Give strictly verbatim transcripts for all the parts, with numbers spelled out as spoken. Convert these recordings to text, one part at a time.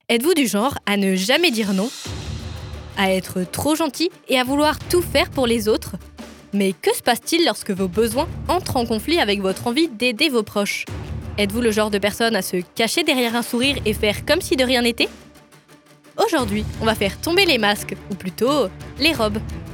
Êtes-vous du genre à ne jamais dire non ? À être trop gentil et à vouloir tout faire pour les autres ? Mais que se passe-t-il lorsque vos besoins entrent en conflit avec votre envie d'aider vos proches ? Êtes-vous le genre de personne à se cacher derrière un sourire et faire comme si de rien n'était ? Aujourd'hui, on va faire tomber les masques, ou plutôt les robes.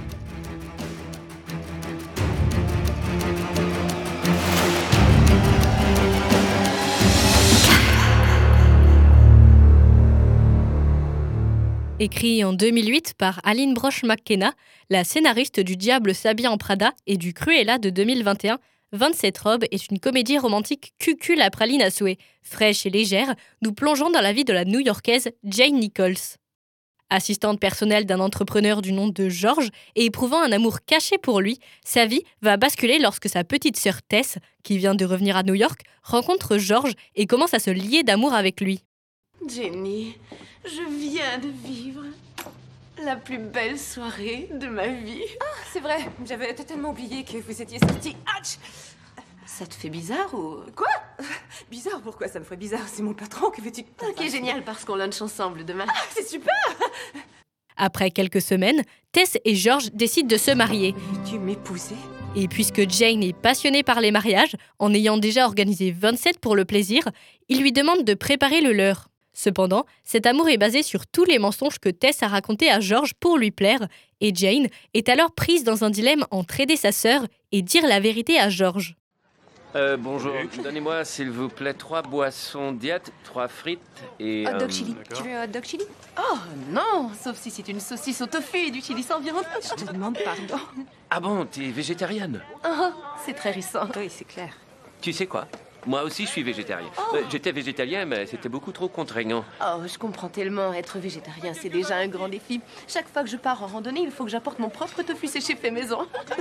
Écrit en deux mille huit par Aline Brosh McKenna, la scénariste du Diable s'habille en Prada et du Cruella de deux mille vingt et un, vingt-sept robes est une comédie romantique cucul à praline à souhait, fraîche et légère, nous plongeons dans la vie de la New-Yorkaise Jane Nichols. Assistante personnelle d'un entrepreneur du nom de George et éprouvant un amour caché pour lui, sa vie va basculer lorsque sa petite sœur Tess, qui vient de revenir à New York, rencontre George et commence à se lier d'amour avec lui. Jenny, je viens de vivre la plus belle soirée de ma vie. Ah, c'est vrai, j'avais totalement oublié que vous étiez sortis. Ouch! Ça te fait bizarre ou... Quoi? Bizarre? Pourquoi ça me ferait bizarre? C'est mon patron, que veux-tu? Ok, génial, parce qu'on lunch ensemble demain. Ah, c'est super! Après quelques semaines, Tess et George décident de se marier. Veux-tu m'épouser? Et puisque Jane est passionnée par les mariages, en ayant déjà organisé vingt-sept pour le plaisir, il lui demande de préparer le leur. Cependant, cet amour est basé sur tous les mensonges que Tess a racontés à George pour lui plaire, et Jane est alors prise dans un dilemme entre aider sa sœur et dire la vérité à George. Euh, bonjour, donnez-moi s'il vous plaît trois boissons diète, trois frites et... Hot dog euh, chili. Tu veux un hot dog chili? Oh non, sauf si c'est une saucisse au tofu et du chili sans viande. Je te demande pardon. Ah bon, t'es végétarienne? Oh, c'est très récent. Oui, c'est clair. Tu sais quoi? Moi aussi, je suis végétarien. Oh. Euh, J'étais végétalien, mais c'était beaucoup trop contraignant. Oh, je comprends tellement. Être végétarien, c'est déjà un grand défi. Chaque fois que je pars en randonnée, il faut que j'apporte mon propre tofu séché fait maison.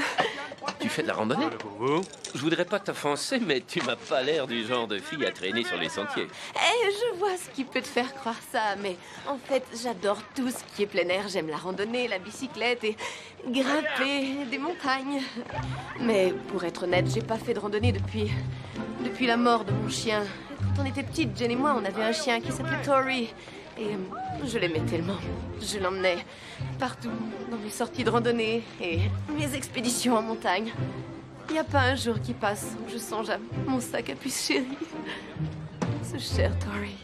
Tu fais de la randonnée? Je voudrais pas t'offenser, mais tu m'as pas l'air du genre de fille à traîner sur les sentiers. Eh, je vois ce qui peut te faire croire ça, mais en fait, j'adore tout ce qui est plein air. J'aime la randonnée, la bicyclette et grimper des montagnes. Mais pour être honnête, j'ai pas fait de randonnée depuis... depuis la mort de mon chien. Quand on était petites, Jen et moi, on avait un chien qui s'appelait Tori. Et euh, je l'aimais tellement. Je l'emmenais partout, dans mes sorties de randonnée et mes expéditions en montagne. Il n'y a pas un jour qui passe sans que je songe à mon sac à puce chéri. Ce cher Tori.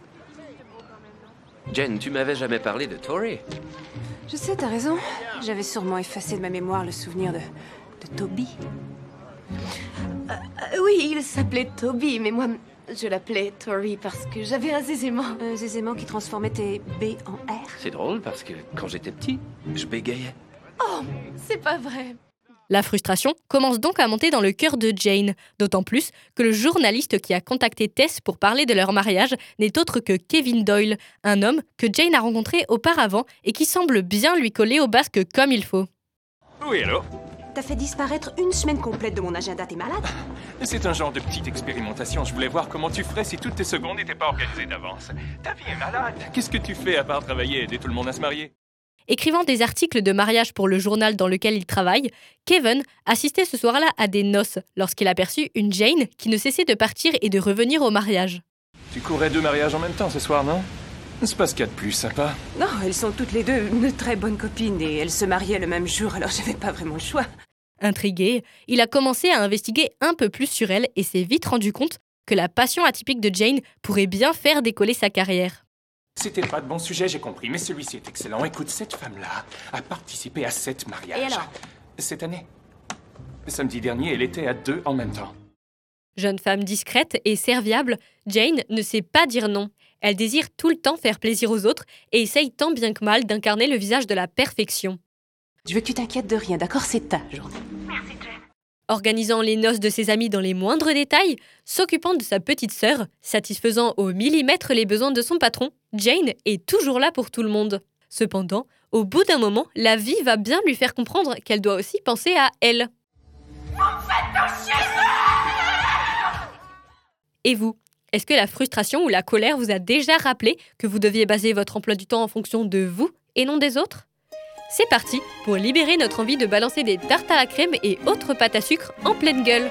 Jen, tu m'avais jamais parlé de Tori. Je sais, t'as raison. J'avais sûrement effacé de ma mémoire le souvenir de, de Toby. Euh, euh, oui, il s'appelait Toby, mais moi, je l'appelais Tori parce que j'avais un zézément. Un zézément qui transformait tes B en R. C'est drôle parce que quand j'étais petit, je bégayais. Oh, c'est pas vrai. La frustration commence donc à monter dans le cœur de Jane, d'autant plus que le journaliste qui a contacté Tess pour parler de leur mariage n'est autre que Kevin Doyle, un homme que Jane a rencontré auparavant et qui semble bien lui coller au basque comme il faut. Oui, allô? T'as fait disparaître une semaine complète de mon agenda, t'es malade? C'est un genre de petite expérimentation. Je voulais voir comment tu ferais si toutes tes secondes n'étaient pas organisées d'avance. Ta vie est malade. Qu'est-ce que tu fais à part travailler et aider tout le monde à se marier? Écrivant des articles de mariage pour le journal dans lequel il travaille, Kevin assistait ce soir-là à des noces lorsqu'il aperçut une Jane qui ne cessait de partir et de revenir au mariage. Tu courais deux mariages en même temps ce soir, non? C'est pas ce qu'il y a de plus sympa. Non, elles sont toutes les deux de très bonnes copines et elles se mariaient le même jour, alors j'avais pas vraiment le choix. Intrigué, il a commencé à investiguer un peu plus sur elle et s'est vite rendu compte que la passion atypique de Jane pourrait bien faire décoller sa carrière. C'était pas de bon sujet, j'ai compris, mais celui-ci est excellent. Écoute, cette femme-là a participé à sept mariages. Et alors? Cette année. Samedi dernier, elle était à deux en même temps. Jeune femme discrète et serviable, Jane ne sait pas dire non. Elle désire tout le temps faire plaisir aux autres et essaye tant bien que mal d'incarner le visage de la perfection. Je veux que tu t'inquiètes de rien, d'accord? C'est ta journée. Merci, Jen. Organisant les noces de ses amis dans les moindres détails, s'occupant de sa petite sœur, satisfaisant au millimètre les besoins de son patron, Jane est toujours là pour tout le monde. Cependant, au bout d'un moment, la vie va bien lui faire comprendre qu'elle doit aussi penser à elle. Vous me faites chier! Et vous, est-ce que la frustration ou la colère vous a déjà rappelé que vous deviez baser votre emploi du temps en fonction de vous et non des autres ? C'est parti pour libérer notre envie de balancer des tartes à la crème et autres pâtes à sucre en pleine gueule.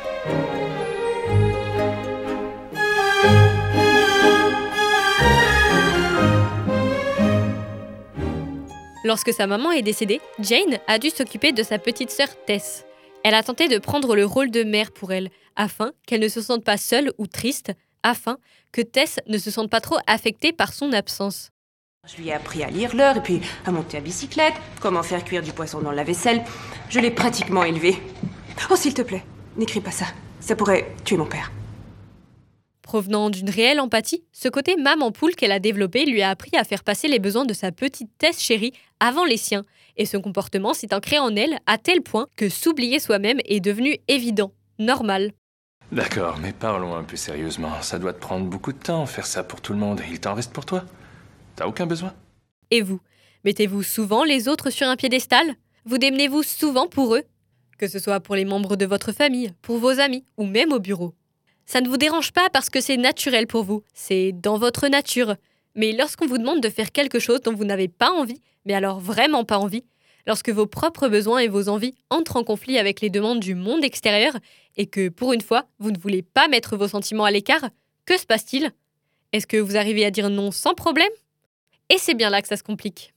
Lorsque sa maman est décédée, Jane a dû s'occuper de sa petite sœur Tess. Elle a tenté de prendre le rôle de mère pour elle, afin qu'elle ne se sente pas seule ou triste, afin que Tess ne se sente pas trop affectée par son absence. Je lui ai appris à lire l'heure et puis à monter à bicyclette, comment faire cuire du poisson dans la vaisselle. Je l'ai pratiquement élevé. Oh, s'il te plaît, n'écris pas ça. Ça pourrait tuer mon père. Provenant d'une réelle empathie, ce côté maman poule qu'elle a développé lui a appris à faire passer les besoins de sa petite Tess chérie avant les siens. Et ce comportement s'est ancré en elle à tel point que s'oublier soi-même est devenu évident, normal. D'accord, mais parlons un peu sérieusement. Ça doit te prendre beaucoup de temps, faire ça pour tout le monde. Il t'en reste pour toi? T'as aucun besoin? Et vous? Mettez-vous souvent les autres sur un piédestal? Vous démenez-vous souvent pour eux? Que ce soit pour les membres de votre famille, pour vos amis ou même au bureau. Ça ne vous dérange pas parce que c'est naturel pour vous, c'est dans votre nature. Mais lorsqu'on vous demande de faire quelque chose dont vous n'avez pas envie, mais alors vraiment pas envie, lorsque vos propres besoins et vos envies entrent en conflit avec les demandes du monde extérieur et que, pour une fois, vous ne voulez pas mettre vos sentiments à l'écart, que se passe-t-il? Est-ce que vous arrivez à dire non sans problème? Et c'est bien là que ça se complique.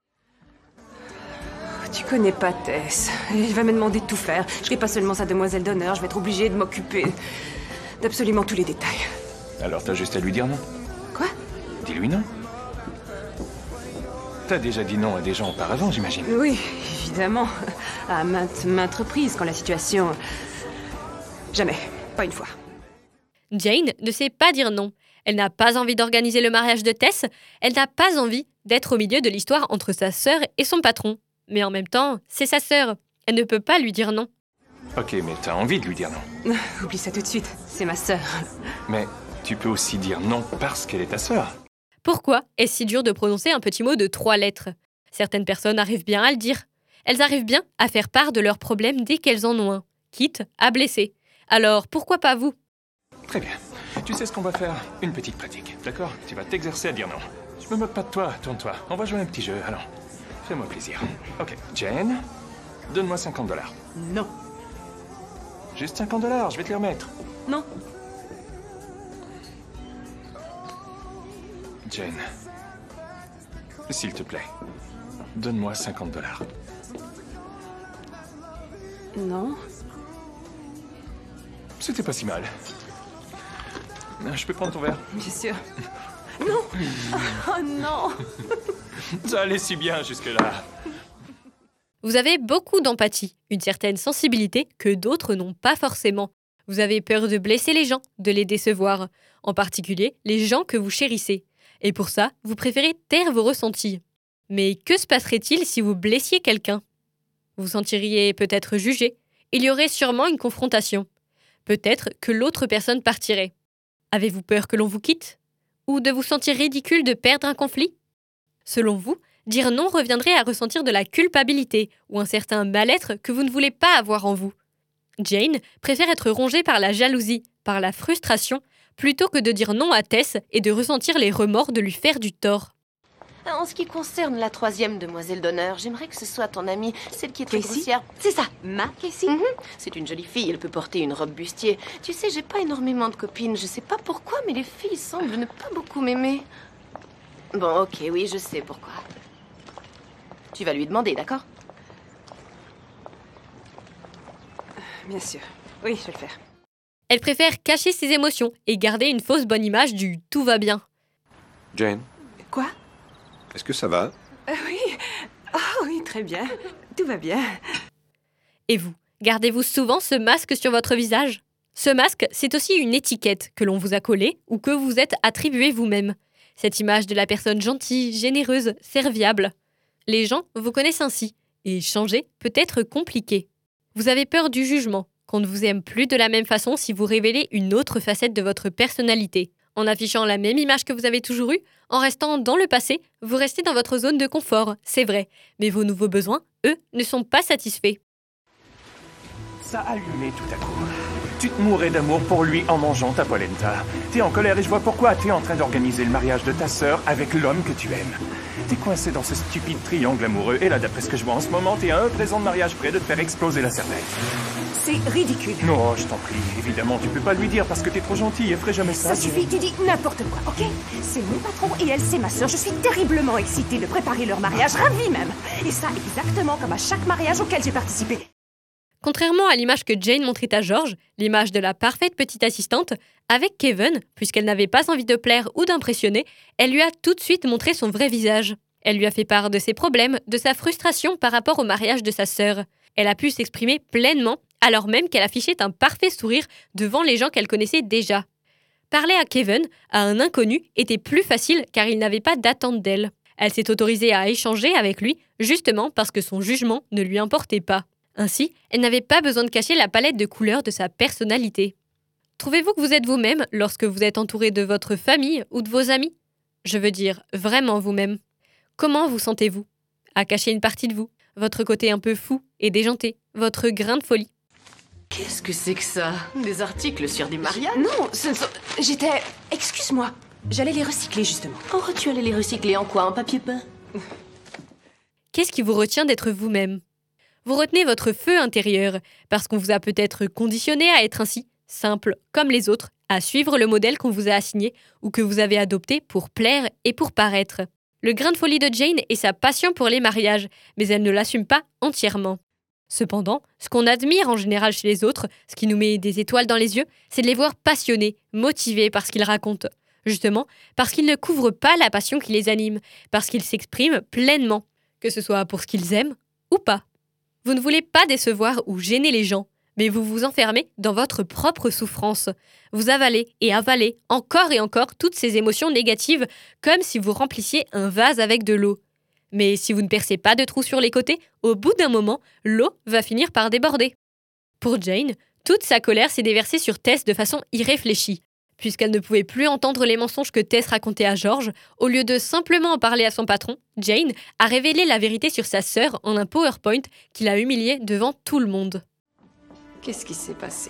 Tu connais pas Tess. Elle va me demander de tout faire. Je serai pas seulement sa demoiselle d'honneur, je vais être obligée de m'occuper d'absolument tous les détails. Alors t'as juste à lui dire non. Quoi? Dis-lui non. T'as déjà dit non à des gens auparavant, j'imagine. Oui, évidemment. À maintes, maintes reprises, quand la situation... Jamais. Pas une fois. Jane ne sait pas dire non. Elle n'a pas envie d'organiser le mariage de Tess. Elle n'a pas envie d'être au milieu de l'histoire entre sa sœur et son patron. Mais en même temps, c'est sa sœur. Elle ne peut pas lui dire non. Ok, mais t'as envie de lui dire non. Oublie ça tout de suite. C'est ma sœur. Mais tu peux aussi dire non parce qu'elle est ta sœur. Pourquoi est-ce si dur de prononcer un petit mot de trois lettres? Certaines personnes arrivent bien à le dire. Elles arrivent bien à faire part de leurs problèmes dès qu'elles en ont un, quitte à blesser. Alors, pourquoi pas vous? Très bien. Tu sais ce qu'on va faire? Une petite pratique, d'accord? Tu vas t'exercer à dire non. Je me moque pas de toi, tourne-toi. On va jouer un petit jeu, allons. Fais-moi plaisir. Ok, Jane, donne-moi cinquante dollars. Non. Juste cinquante dollars, je vais te les remettre. Non. Jane, s'il te plaît, donne-moi cinquante dollars. Non. C'était pas si mal. Je peux prendre ton verre? Bien sûr. Non. Oh non. Ça allait si bien jusque-là. Vous avez beaucoup d'empathie, une certaine sensibilité que d'autres n'ont pas forcément. Vous avez peur de blesser les gens, de les décevoir, en particulier les gens que vous chérissez. Et pour ça, vous préférez taire vos ressentis. Mais que se passerait-il si vous blessiez quelqu'un? Vous sentiriez peut-être jugé. Il y aurait sûrement une confrontation. Peut-être que l'autre personne partirait. Avez-vous peur que l'on vous quitte? Ou de vous sentir ridicule de perdre un conflit? Selon vous, dire non reviendrait à ressentir de la culpabilité ou un certain mal-être que vous ne voulez pas avoir en vous. Jane préfère être rongée par la jalousie, par la frustration, plutôt que de dire non à Tess et de ressentir les remords de lui faire du tort. En ce qui concerne la troisième demoiselle d'honneur, j'aimerais que ce soit ton amie, celle qui est très Casey? grossière. C'est ça. Ma Casey? Mhm. C'est une jolie fille, elle peut porter une robe bustier. Tu sais, j'ai pas énormément de copines, je sais pas pourquoi, mais les filles semblent ne pas beaucoup m'aimer. Bon, ok, oui, je sais pourquoi. Tu vas lui demander, d'accord? Bien sûr. Oui, je vais le faire. Elle préfère cacher ses émotions et garder une fausse bonne image du « tout va bien ». Jane, Quoi? est-ce que ça va? Euh, oui. Oh oui, très bien. Tout va bien. Et vous, gardez-vous souvent ce masque sur votre visage? Ce masque, c'est aussi une étiquette que l'on vous a collée ou que vous êtes attribuée vous-même. Cette image de la personne gentille, généreuse, serviable. Les gens vous connaissent ainsi, et changer peut être compliqué. Vous avez peur du jugement, qu'on ne vous aime plus de la même façon si vous révélez une autre facette de votre personnalité. En affichant la même image que vous avez toujours eue, en restant dans le passé, vous restez dans votre zone de confort, c'est vrai. Mais vos nouveaux besoins, eux, ne sont pas satisfaits. Ça a allumé tout à coup. Tu te mourrais d'amour pour lui en mangeant ta polenta. T'es en colère et je vois pourquoi t'es en train d'organiser le mariage de ta sœur avec l'homme que tu aimes. T'es coincé dans ce stupide triangle amoureux et là, d'après ce que je vois en ce moment, t'es à un présent de mariage près de te faire exploser la cervelle. C'est ridicule. Non, je t'en prie. Évidemment, tu peux pas lui dire parce que t'es trop gentil et ferait jamais ça. Ça suffit, tu dis n'importe quoi, ok? C'est mon patron et elle, c'est ma sœur. Je suis terriblement excitée de préparer leur mariage, ravie même. Et ça, exactement comme à chaque mariage auquel j'ai participé. Contrairement à l'image que Jane montrait à George, l'image de la parfaite petite assistante, avec Kevin, puisqu'elle n'avait pas envie de plaire ou d'impressionner, elle lui a tout de suite montré son vrai visage. Elle lui a fait part de ses problèmes, de sa frustration par rapport au mariage de sa sœur. Elle a pu s'exprimer pleinement, alors même qu'elle affichait un parfait sourire devant les gens qu'elle connaissait déjà. Parler à Kevin, à un inconnu, était plus facile car il n'avait pas d'attente d'elle. Elle s'est autorisée à échanger avec lui, justement parce que son jugement ne lui importait pas. Ainsi, elle n'avait pas besoin de cacher la palette de couleurs de sa personnalité. Trouvez-vous que vous êtes vous-même lorsque vous êtes entouré de votre famille ou de vos amis? Je veux dire, vraiment vous-même. Comment vous sentez-vous? À cacher une partie de vous, votre côté un peu fou et déjanté, votre grain de folie. Qu'est-ce que c'est que ça? Des articles sur des mariages? Non, ce ne sont... J'étais... Excuse-moi. J'allais les recycler, justement. Oh, tu allais les recycler en quoi? En papier peint? Qu'est-ce qui vous retient d'être vous-même? Vous retenez votre feu intérieur, parce qu'on vous a peut-être conditionné à être ainsi, simple comme les autres, à suivre le modèle qu'on vous a assigné ou que vous avez adopté pour plaire et pour paraître. Le grain de folie de Jane est sa passion pour les mariages, mais elle ne l'assume pas entièrement. Cependant, ce qu'on admire en général chez les autres, ce qui nous met des étoiles dans les yeux, c'est de les voir passionnés, motivés par ce qu'ils racontent. Justement, parce qu'ils ne couvrent pas la passion qui les anime, parce qu'ils s'expriment pleinement, que ce soit pour ce qu'ils aiment ou pas. Vous ne voulez pas décevoir ou gêner les gens, mais vous vous enfermez dans votre propre souffrance. Vous avalez et avalez encore et encore toutes ces émotions négatives, comme si vous remplissiez un vase avec de l'eau. Mais si vous ne percez pas de trous sur les côtés, au bout d'un moment, l'eau va finir par déborder. Pour Jane, toute sa colère s'est déversée sur Tess de façon irréfléchie. Puisqu'elle ne pouvait plus entendre les mensonges que Tess racontait à George, au lieu de simplement en parler à son patron, Jane a révélé la vérité sur sa sœur en un PowerPoint qui l'a humiliée devant tout le monde. Qu'est-ce qui s'est passé?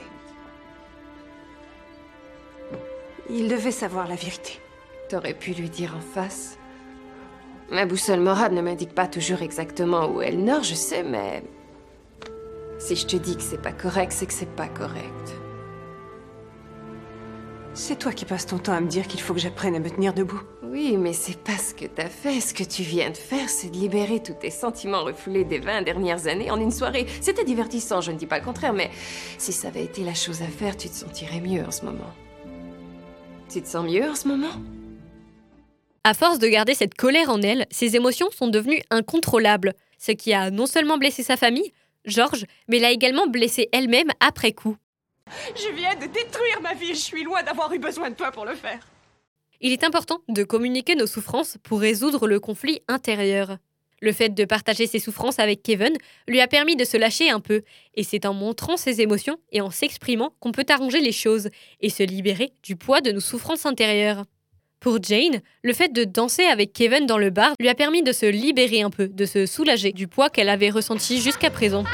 Il devait savoir la vérité. T'aurais pu lui dire en face. Ma boussole morale ne m'indique pas toujours exactement où est le nord, je sais, mais... Si je te dis que c'est pas correct, c'est que c'est pas correct. C'est toi qui passes ton temps à me dire qu'il faut que j'apprenne à me tenir debout. Oui, mais c'est pas ce que t'as fait. Ce que tu viens de faire, c'est de libérer tous tes sentiments refoulés des vingt dernières années en une soirée. C'était divertissant, je ne dis pas le contraire, mais si ça avait été la chose à faire, tu te sentirais mieux en ce moment. Tu te sens mieux en ce moment? À force de garder cette colère en elle, ses émotions sont devenues incontrôlables, ce qui a non seulement blessé sa famille, George, mais l'a également blessée elle-même après coup. Je viens de détruire ma vie et je suis loin d'avoir eu besoin de toi pour le faire. Il est important de communiquer nos souffrances pour résoudre le conflit intérieur. Le fait de partager ses souffrances avec Kevin lui a permis de se lâcher un peu, et c'est en montrant ses émotions et en s'exprimant qu'on peut arranger les choses et se libérer du poids de nos souffrances intérieures. Pour Jane, le fait de danser avec Kevin dans le bar lui a permis de se libérer un peu, de se soulager du poids qu'elle avait ressenti jusqu'à présent.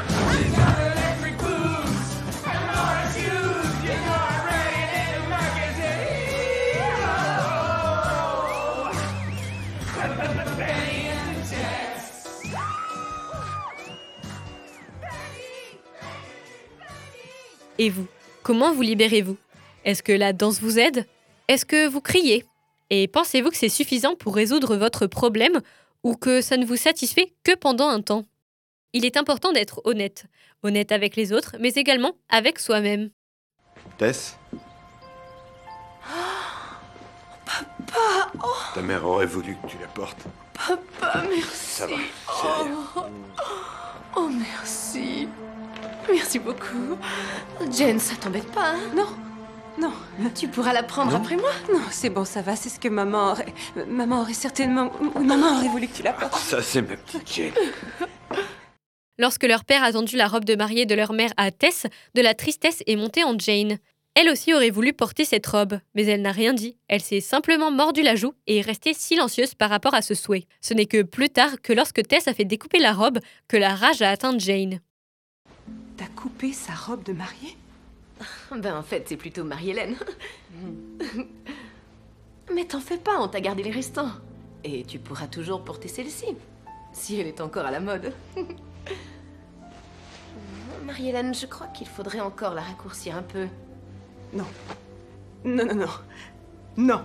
Et vous, comment vous libérez-vous? Est-ce que la danse vous aide? Est-ce que vous criez? Et pensez-vous que c'est suffisant pour résoudre votre problème ou que ça ne vous satisfait que pendant un temps? Il est important d'être honnête. Honnête avec les autres, mais également avec soi-même. Tess? Papa, oh, Ta mère aurait voulu que tu la portes. papa, merci. Ça va, c'est rien. Oh, oh, merci. Merci beaucoup. Jen, ça t'embête pas, hein? Non, non, Tu pourras la prendre Non. après moi? non, c'est bon, ça va, c'est ce que maman aurait... Maman aurait certainement... Maman aurait voulu que tu la portes. Ça, c'est ma petite Jane. Lorsque leur père a tendu la robe de mariée de leur mère à Tess, de la tristesse est montée en Jane. Elle aussi aurait voulu porter cette robe, mais elle n'a rien dit. Elle s'est simplement mordu la joue et est restée silencieuse par rapport à ce souhait. Ce n'est que plus tard que lorsque Tess a fait découper la robe que la rage a atteint Jane. T'as coupé sa robe de mariée? Ben en fait, c'est plutôt Marie-Hélène. Mais t'en fais pas, on t'a gardé les restants. Et tu pourras toujours porter celle-ci, si elle est encore à la mode. Marie-Hélène, je crois qu'il faudrait encore la raccourcir un peu. Non. Non, non, non. Non.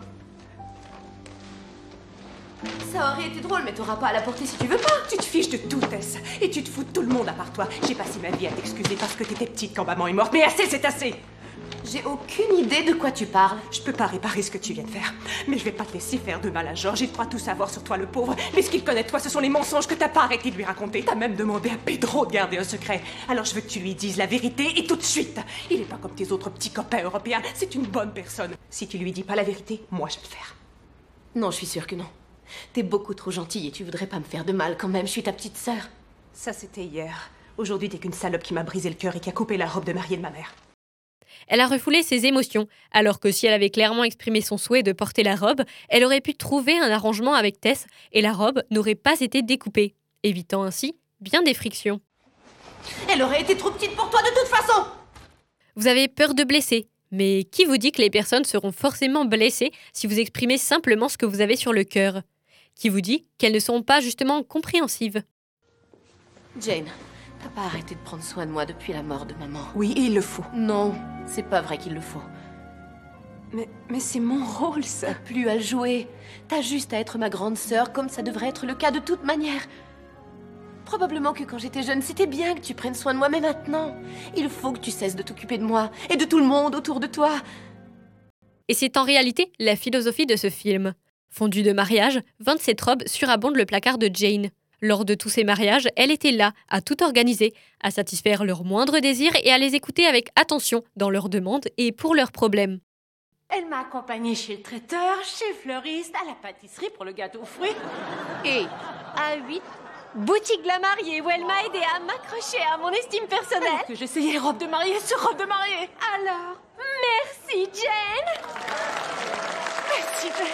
Ça aurait été drôle, mais t'auras pas à la porter si tu veux pas. Tu te fiches de tout, Tess. Et tu te fous de tout le monde à part toi. J'ai passé ma vie à t'excuser parce que t'étais petite quand maman est morte. Mais assez, c'est assez. J'ai aucune idée de quoi tu parles. Je peux pas réparer ce que tu viens de faire. Mais je vais pas te laisser faire de mal à George. Il croit tout savoir sur toi, le pauvre. Mais ce qu'il connaît de toi, ce sont les mensonges que t'as pas arrêté de lui raconter. T'as même demandé à Pedro de garder un secret. Alors je veux que tu lui dises la vérité et tout de suite. Il est pas comme tes autres petits copains européens. C'est une bonne personne. Si tu lui dis pas la vérité, moi je vais le faire. Non, je suis sûre que non. T'es beaucoup trop gentille et tu voudrais pas me faire de mal quand même. Je suis ta petite sœur. Ça, c'était hier. Aujourd'hui, t'es qu'une salope qui m'a brisé le cœur et qui a coupé la robe de mariée de ma mère. Elle a refoulé ses émotions, alors que si elle avait clairement exprimé son souhait de porter la robe, elle aurait pu trouver un arrangement avec Tess et la robe n'aurait pas été découpée, évitant ainsi bien des frictions. Elle aurait été trop petite pour toi de toute façon. Vous avez peur de blesser, mais qui vous dit que les personnes seront forcément blessées si vous exprimez simplement ce que vous avez sur le cœur ? Qui vous dit qu'elles ne seront pas justement compréhensives ? Jane, t'as pas arrêté de prendre soin de moi depuis la mort de maman. Oui, et il le faut. Non, c'est pas vrai qu'il le faut. Mais, mais c'est mon rôle, ça. T'as plus à le jouer. T'as juste à être ma grande sœur, comme ça devrait être le cas de toute manière. Probablement que quand j'étais jeune, c'était bien que tu prennes soin de moi, mais maintenant, il faut que tu cesses de t'occuper de moi et de tout le monde autour de toi. Et c'est en réalité la philosophie de ce film. Fondue de mariage, vingt-sept robes surabondent le placard de Jane. Lors de tous ces mariages, elle était là, à tout organiser, à satisfaire leurs moindres désirs et à les écouter avec attention dans leurs demandes et pour leurs problèmes. Elle m'a accompagnée chez le traiteur, chez le fleuriste, à la pâtisserie pour le gâteau aux fruits. Et à huit, boutique de la mariée où elle m'a aidé à m'accrocher à mon estime personnelle. Alors que j'essayais les robes de mariée sur robe de mariée. Alors, merci Jane. Merci Jane.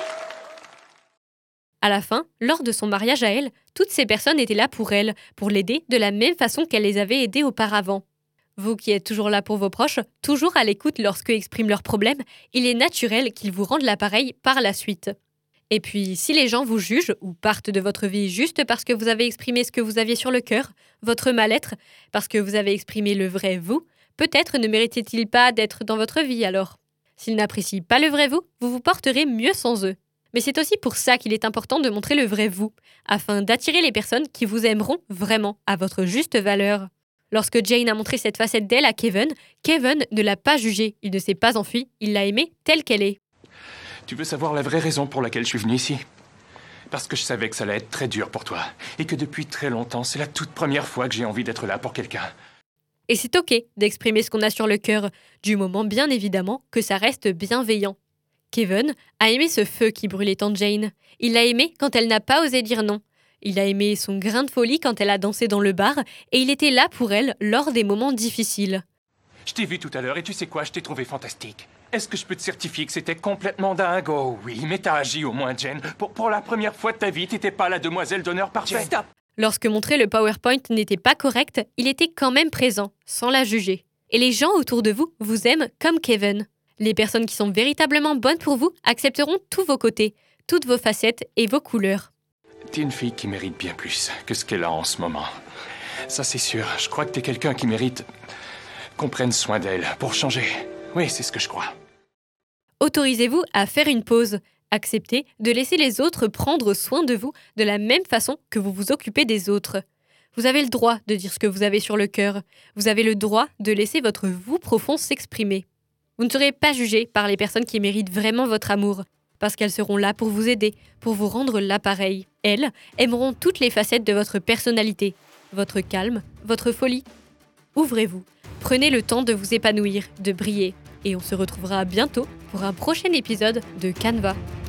À la fin, lors de son mariage à elle, toutes ces personnes étaient là pour elle, pour l'aider de la même façon qu'elle les avait aidés auparavant. Vous qui êtes toujours là pour vos proches, toujours à l'écoute lorsqu'eux expriment leurs problèmes, il est naturel qu'ils vous rendent l'appareil par la suite. Et puis, si les gens vous jugent ou partent de votre vie juste parce que vous avez exprimé ce que vous aviez sur le cœur, votre mal-être, parce que vous avez exprimé le vrai vous, peut-être ne méritait-il pas d'être dans votre vie alors. S'ils n'apprécient pas le vrai vous, vous vous porterez mieux sans eux. Mais c'est aussi pour ça qu'il est important de montrer le vrai vous, afin d'attirer les personnes qui vous aimeront vraiment à votre juste valeur. Lorsque Jane a montré cette facette d'elle à Kevin, Kevin ne l'a pas jugée, il ne s'est pas enfui, il l'a aimée telle qu'elle est. Tu veux savoir la vraie raison pour laquelle je suis venu ici ? Parce que je savais que ça allait être très dur pour toi. Et que depuis très longtemps, c'est la toute première fois que j'ai envie d'être là pour quelqu'un. Et c'est ok d'exprimer ce qu'on a sur le cœur, du moment bien évidemment que ça reste bienveillant. Kevin a aimé ce feu qui brûlait en Jane. Il l'a aimé quand elle n'a pas osé dire non. Il a aimé son grain de folie quand elle a dansé dans le bar et il était là pour elle lors des moments difficiles. Je t'ai vu tout à l'heure et tu sais quoi, je t'ai trouvé fantastique. Est-ce que je peux te certifier que c'était complètement dingue ? Oh oui, mais t'as agi au moins, Jane. Pour, pour la première fois de ta vie, t'étais pas la demoiselle d'honneur parfaite. Stop. Lorsque montrer le PowerPoint n'était pas correct, il était quand même présent, sans la juger. Et les gens autour de vous vous aiment comme Kevin. Les personnes qui sont véritablement bonnes pour vous accepteront tous vos côtés, toutes vos facettes et vos couleurs. T'es une fille qui mérite bien plus que ce qu'elle a en ce moment. Ça, c'est sûr. Je crois que t'es quelqu'un qui mérite qu'on prenne soin d'elle pour changer. Oui, c'est ce que je crois. Autorisez-vous à faire une pause. Acceptez de laisser les autres prendre soin de vous de la même façon que vous vous occupez des autres. Vous avez le droit de dire ce que vous avez sur le cœur. Vous avez le droit de laisser votre vous profond s'exprimer. Vous ne serez pas jugé par les personnes qui méritent vraiment votre amour, parce qu'elles seront là pour vous aider, pour vous rendre l'appareil. Elles aimeront toutes les facettes de votre personnalité, votre calme, votre folie. Ouvrez-vous, prenez le temps de vous épanouir, de briller, et on se retrouvera bientôt pour un prochain épisode de Canva.